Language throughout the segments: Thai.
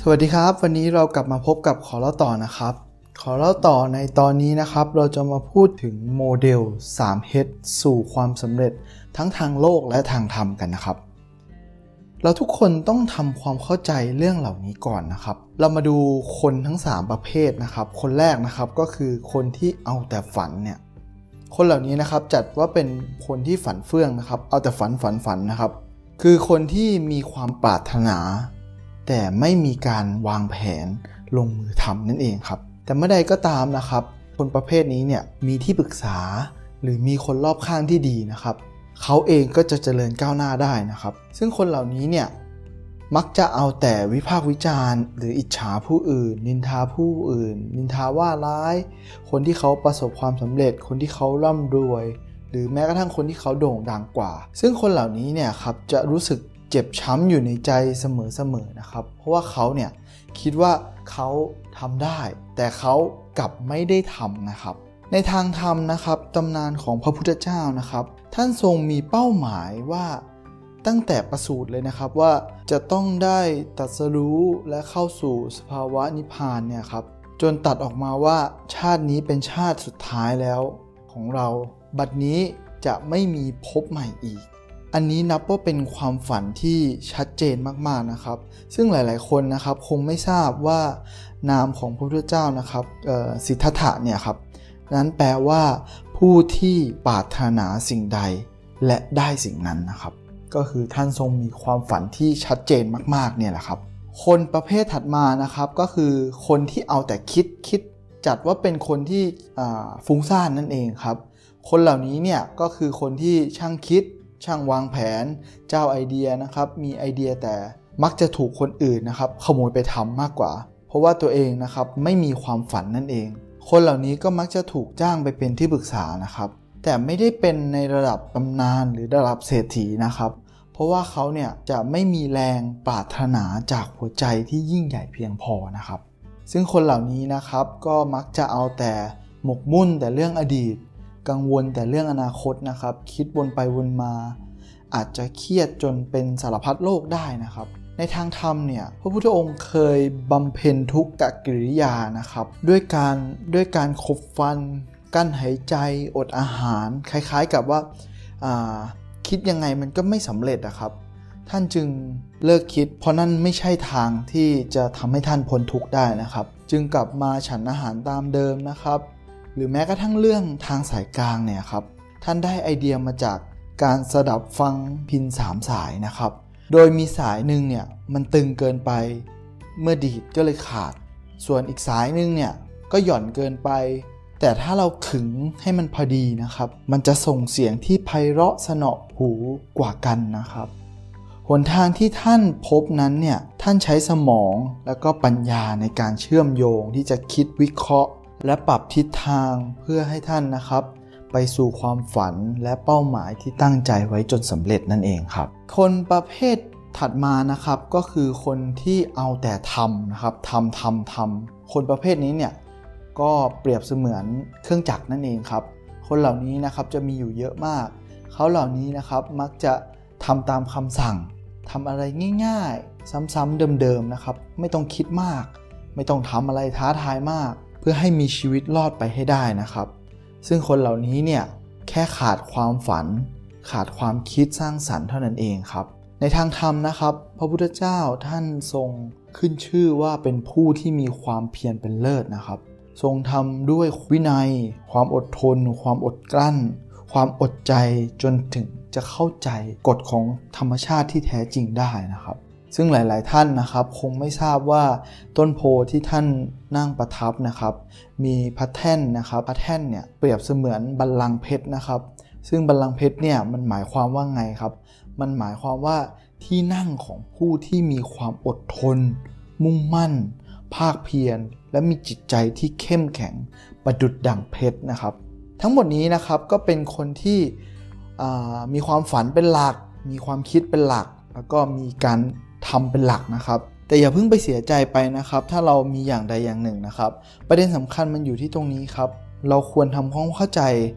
สวัสดีครับวันนี้เรากลับมาพบกับขอเล่าต่อนะครับขอเล่าต่อในตอนนี้นะครับเราจะมาพูดถึงโมเดล 3H สู่ความสำเร็จทั้งทางโลกและทางธรรมกันนะครับเราทุกคนต้องทำความเข้าใจเรื่องเหล่านี้ก่อนนะครับเรามาดูคนทั้ง3ประเภทนะครับคนแรกนะครับก็คือคนที่เอาแต่ฝันเนี่ยคนเหล่านี้นะครับจัดว่าเป็นคนที่ฝันเฟื่องนะครับเอาแต่ฝันนะครับคือคนที่มีความปรารถนาแต่ไม่มีการวางแผนลงมือทำนั่นเองครับแต่เมื่อใดก็ตามนะครับคนประเภทนี้เนี่ยมีที่ปรึกษาหรือมีคนรอบข้างที่ดีนะครับเขาเองก็จะเจริญก้าวหน้าได้นะครับซึ่งคนเหล่านี้เนี่ยมักจะเอาแต่วิพากษ์วิจารณ์หรืออิจฉาผู้อื่นนินทาผู้อื่นนินทาว่าร้ายคนที่เขาประสบความสำเร็จคนที่เขาร่ำรวยหรือแม้กระทั่งคนที่เขาโด่งดังกว่าซึ่งคนเหล่านี้เนี่ยครับจะรู้สึกเจ็บช้ำอยู่ในใจเสมอนะครับเพราะว่าเขาเนี่ยคิดว่าเขาทำได้แต่เขากลับไม่ได้ทำนะครับในทางธรรมนะครับตำนานของพระพุทธเจ้านะครับท่านทรงมีเป้าหมายว่าตั้งแต่ประสูติเลยนะครับว่าจะต้องได้ตรัสรู้และเข้าสู่สภาวะนิพพานเนี่ยครับจนตัดออกมาว่าชาตินี้เป็นชาติสุดท้ายแล้วของเราบัดนี้จะไม่มีภพใหม่อีกอันนี้นับว่าเป็นความฝันที่ชัดเจนมากๆนะครับซึ่งหลายๆคนนะครับคงไม่ทราบว่านามของพระพุทธเจ้านะครับสิทธัตถะเนี่ยครับนั้นแปลว่าผู้ที่ปรารถนาสิ่งใดและได้สิ่งนั้นนะครับก็คือท่านทรงมีความฝันที่ชัดเจนมากๆเนี่ยแหละครับคนประเภทถัดมานะครับก็คือคนที่เอาแต่คิดจัดว่าเป็นคนที่ฟุ้งซ่านนั่นเองครับคนเหล่านี้เนี่ยก็คือคนที่ช่างคิดช่างวางแผนเจ้าไอเดียนะครับมีไอเดียแต่มักจะถูกคนอื่นนะครับขโมยไปทำมากกว่าเพราะว่าตัวเองนะครับไม่มีความฝันนั่นเองคนเหล่านี้ก็มักจะถูกจ้างไปเป็นที่ปรึกษานะครับแต่ไม่ได้เป็นในระดับตำนานหรือระดับเศรษฐีนะครับเพราะว่าเขาเนี่ยจะไม่มีแรงปรารถนาจากหัวใจที่ยิ่งใหญ่เพียงพอนะครับซึ่งคนเหล่านี้นะครับก็มักจะเอาแต่หมกมุ่นแต่เรื่องอดีตกังวลแต่เรื่องอนาคตนะครับคิดวนไปวนมาอาจจะเครียดจนเป็นสารพัดโรคได้นะครับในทางธรรมเนี่ยพระพุทธองค์เคยบำเพ็ญทุกขกิริยานะครับด้วยการขบฟันกั้นหายใจอดอาหารคล้ายๆกับว่าคิดยังไงมันก็ไม่สำเร็จนะครับท่านจึงเลิกคิดเพราะนั่นไม่ใช่ทางที่จะทำให้ท่านพ้นทุกข์ได้นะครับจึงกลับมาฉันอาหารตามเดิมนะครับหรือแม้กระทั่งเรื่องทางสายกลางเนี่ยครับท่านได้ไอเดียมาจากการสดับฟังพิณ3สายนะครับโดยมีสายหนึ่งเนี่ยมันตึงเกินไปเมื่อดีดก็เลยขาดส่วนอีกสายหนึ่งเนี่ยก็หย่อนเกินไปแต่ถ้าเราขึงให้มันพอดีนะครับมันจะส่งเสียงที่ไพเราะสนอหูกว่ากันนะครับหนทางที่ท่านพบนั้นเนี่ยท่านใช้สมองแล้วก็ปัญญาในการเชื่อมโยงที่จะคิดวิเคราะห์และปรับทิศทางเพื่อให้ท่านนะครับไปสู่ความฝันและเป้าหมายที่ตั้งใจไว้จนสำเร็จนั่นเองครับคนประเภทถัดมานะครับก็คือคนที่เอาแต่ทำนะครับทำคนประเภทนี้เนี่ยก็เปรียบเสมือนเครื่องจักรนั่นเองครับคนเหล่านี้นะครับจะมีอยู่เยอะมากเขาเหล่านี้นะครับมักจะทำตามคำสั่งทำอะไรง่ายๆซ้ำๆเดิมๆนะครับไม่ต้องคิดมากไม่ต้องทำอะไรท้าทายมากเพื่อให้มีชีวิตรอดไปให้ได้นะครับซึ่งคนเหล่านี้เนี่ยแค่ขาดความฝันขาดความคิดสร้างสรรค์เท่านั้นเองครับในทางธรรมนะครับพระพุทธเจ้าท่านทรงขึ้นชื่อว่าเป็นผู้ที่มีความเพียรเป็นเลิศนะครับทรงทำด้วยวินัยความอดทนความอดกลั้นความอดใจจนถึงจะเข้าใจกฎของธรรมชาติที่แท้จริงได้นะครับซึ่งหลายๆท่านนะครับคงไม่ทราบว่าต้นโพที่ท่านนั่งประทับนะครับมีพระแท่นนะครับพระแท่นเนี่ยเปรียบเสมือนบัลลังก์เพชรนะครับซึ่งบัลลังก์เพชรเนี่ยมันหมายความว่าไงครับมันหมายความว่าที่นั่งของผู้ที่มีความอดทนมุ่งมั่นภาคเพียรและมีจิตใจที่เข้มแข็งประดุจดั่งเพชรนะครับทั้งหมดนี้นะครับก็เป็นคนที่มีความฝันเป็นหลักมีความคิดเป็นหลักแล้วก็มีการทำเป็นหลักนะครับแต่อย่าเพิ่งไปเสียใจไปนะครับถ้าเรามีอย่างใดอย่างหนึ่งนะครับประเด็นสำคัญมันอยู่ที่ตรงนี้ครับเราควรทำความเข้าใจ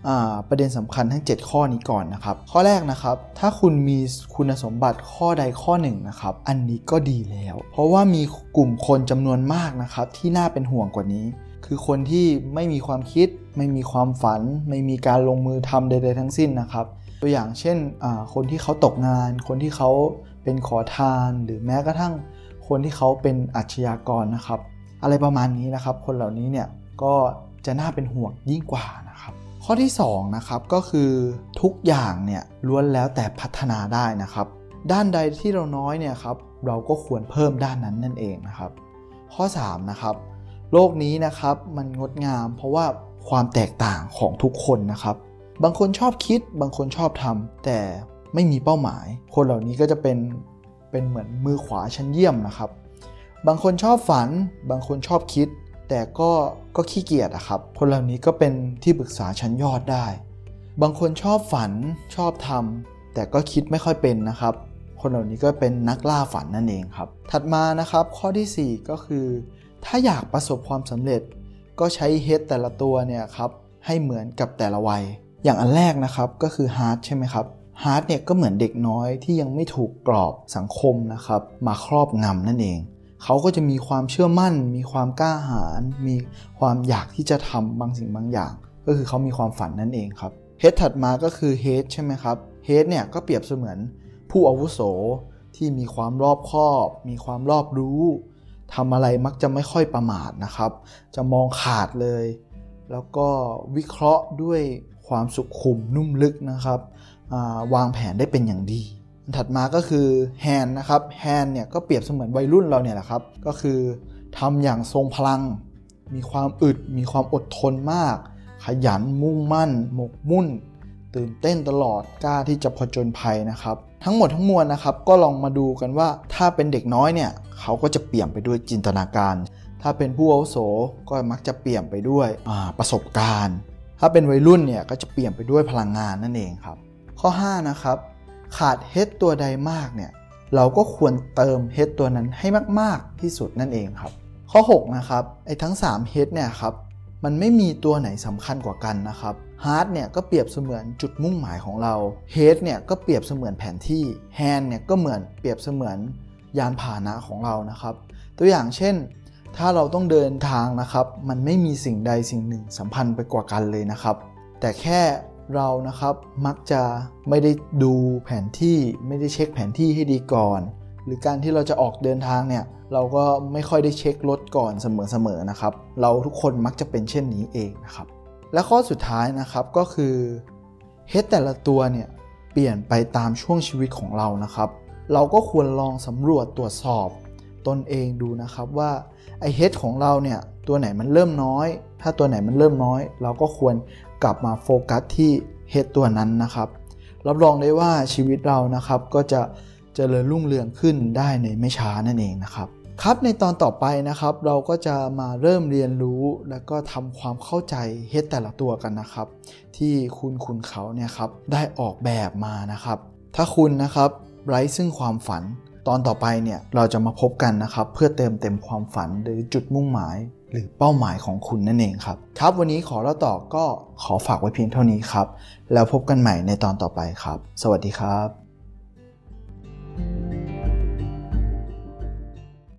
ประเด็นสำคัญทั้ง7ข้อนี้ก่อนนะครับข้อแรกนะครับถ้าคุณมีคุณสมบัติข้อใดข้อหนึ่งนะครับอันนี้ก็ดีแล้วเพราะว่ามีกลุ่มคนจำนวนมากนะครับที่น่าเป็นห่วงกว่านี้คือคนที่ไม่มีความคิดไม่มีความฝันไม่มีการลงมือทำใดๆทั้งสิ้นนะครับตัวอย่างเช่นคนที่เขาตกงานคนที่เขาเป็นขอทานหรือแม้กระทั่งคนที่เขาเป็นอาชญากรนะครับอะไรประมาณนี้นะครับคนเหล่านี้เนี่ยก็จะน่าเป็นห่วงยิ่งกว่านะครับข้อที่2นะครับก็คือทุกอย่างเนี่ยล้วนแล้วแต่พัฒนาได้นะครับด้านใดที่เราน้อยเนี่ยครับเราก็ควรเพิ่มด้านนั้นนั่นเองนะครับข้อ3นะครับโลกนี้นะครับมันงดงามเพราะว่าความแตกต่างของทุกคนนะครับบางคนชอบคิดบางคนชอบทำแต่ไม่มีเป้าหมายคนเหล่านี้ก็จะเป็นเหมือนมือขวาชั้นเยี่ยมนะครับบางคนชอบฝันบางคนชอบคิดแต่ก็ขี้เกียจครับคนเหล่านี้ก็เป็นที่ปรึกษาชั้นยอดได้บางคนชอบฝันชอบทำแต่ก็คิดไม่ค่อยเป็นนะครับคนเหล่านี้ก็เป็นนักล่าฝันนั่นเองครับถัดมานะครับข้อที่4ก็คือถ้าอยากประสบความสำเร็จก็ใช้เฮดแต่ละตัวเนี่ยครับให้เหมือนกับแต่ละวัยอย่างอันแรกนะครับก็คือฮาร์ดใช่ไหมครับฮาร์ดเนี่ยก็เหมือนเด็กน้อยที่ยังไม่ถูกกรอบสังคมนะครับมาครอบงำนั่นเองเขาก็จะมีความเชื่อมั่นมีความกล้าหาญมีความอยากที่จะทำบางสิ่งบางอย่างก็คือเขามีความฝันนั่นเองครับเฮดถัดมาก็คือเฮดใช่ไหมครับเฮดเนี่ยก็เปรียบเสมือนผู้อาวุโสที่มีความรอบคอบมีความรอบรู้ทำอะไรมักจะไม่ค่อยประมาทนะครับจะมองขาดเลยแล้วก็วิเคราะห์ด้วยความสุขุมนุ่มลึกนะครับวางแผนได้เป็นอย่างดีถัดมาก็คือแฮนนะครับแฮนเนี่ยก็เปรียบเสมือนวัยรุ่นเราเนี่ยแหละครับก็คือทำอย่างทรงพลังมีความอึดมีความอดทนมากขยันมุ่งมั่นหมกมุ่นตื่นเต้นตลอดกล้าที่จะผจญภัยนะครับทั้งหมดทั้งมวลนะครับก็ลองมาดูกันว่าถ้าเป็นเด็กน้อยเนี่ยเขาก็จะเปี่ยมไปด้วยจินตนาการถ้าเป็นผู้อาวุโสก็มักจะเปี่ยมไปด้วยประสบการณ์ถ้าเป็นวัยรุ่นเนี่ยก็จะเปี่ยมไปด้วยพลังงานนั่นเองครับข้อ5นะครับขาดเฮดตัวใดมากเนี่ยเราก็ควรเติมเฮดตัวนั้นให้มากๆที่สุดนั่นเองครับข้อ6นะครับทั้ง3เฮดเนี่ยครับมันไม่มีตัวไหนสำคัญกว่ากันนะครับฮาร์ดเนี่ยก็เปรียบเสมือนจุดมุ่งหมายของเราเฮดเนี่ยก็เปรียบเสมือนแผนที่แฮนเนี่ยก็เหมือนเปรียบเสมือนยานพาหนะของเรานะครับตัวอย่างเช่นถ้าเราต้องเดินทางนะครับมันไม่มีสิ่งใดสิ่งหนึ่งสัมพันธ์ไปกว่ากันเลยนะครับแต่แค่เรานะครับมักจะไม่ได้ดูแผนที่ไม่ได้เช็คแผนที่ให้ดีก่อนหรือการที่เราจะออกเดินทางเนี่ยเราก็ไม่ค่อยได้เช็ครถก่อนเสมอๆนะครับเราทุกคนมักจะเป็นเช่นนี้เองนะครับและข้อสุดท้ายนะครับก็คือเฮดแต่ละตัวเนี่ยเปลี่ยนไปตามช่วงชีวิตของเรานะครับเราก็ควรลองสำรวจตรวจสอบตนเองดูนะครับว่าไอเฮดของเราเนี่ยตัวไหนมันเริ่มน้อยถ้าตัวไหนมันเริ่มน้อยเราก็ควรกลับมาโฟกัสที่เฮดตัวนั้นนะครับรับรองได้ว่าชีวิตเรานะครับก็จะเจริญรุ่งเรืองขึ้นได้ในไม่ช้านั่นเองนะครับครับในตอนต่อไปนะครับเราก็จะมาเริ่มเรียนรู้แล้วก็ทำความเข้าใจเฮดแต่ละตัวกันนะครับที่คุณเขาเนี่ยครับได้ออกแบบมานะครับถ้าคุณนะครับไร้ซึ่งความฝันตอนต่อไปเนี่ยเราจะมาพบกันนะครับเพื่อเติมเต็มความฝันหรือจุดมุ่งหมายหรือเป้าหมายของคุณนั่นเองครับครับวันนี้ขอเล่าต่อก็ขอฝากไว้เพียงเท่านี้ครับแล้วพบกันใหม่ในตอนต่อไปครับสวัสดีครับ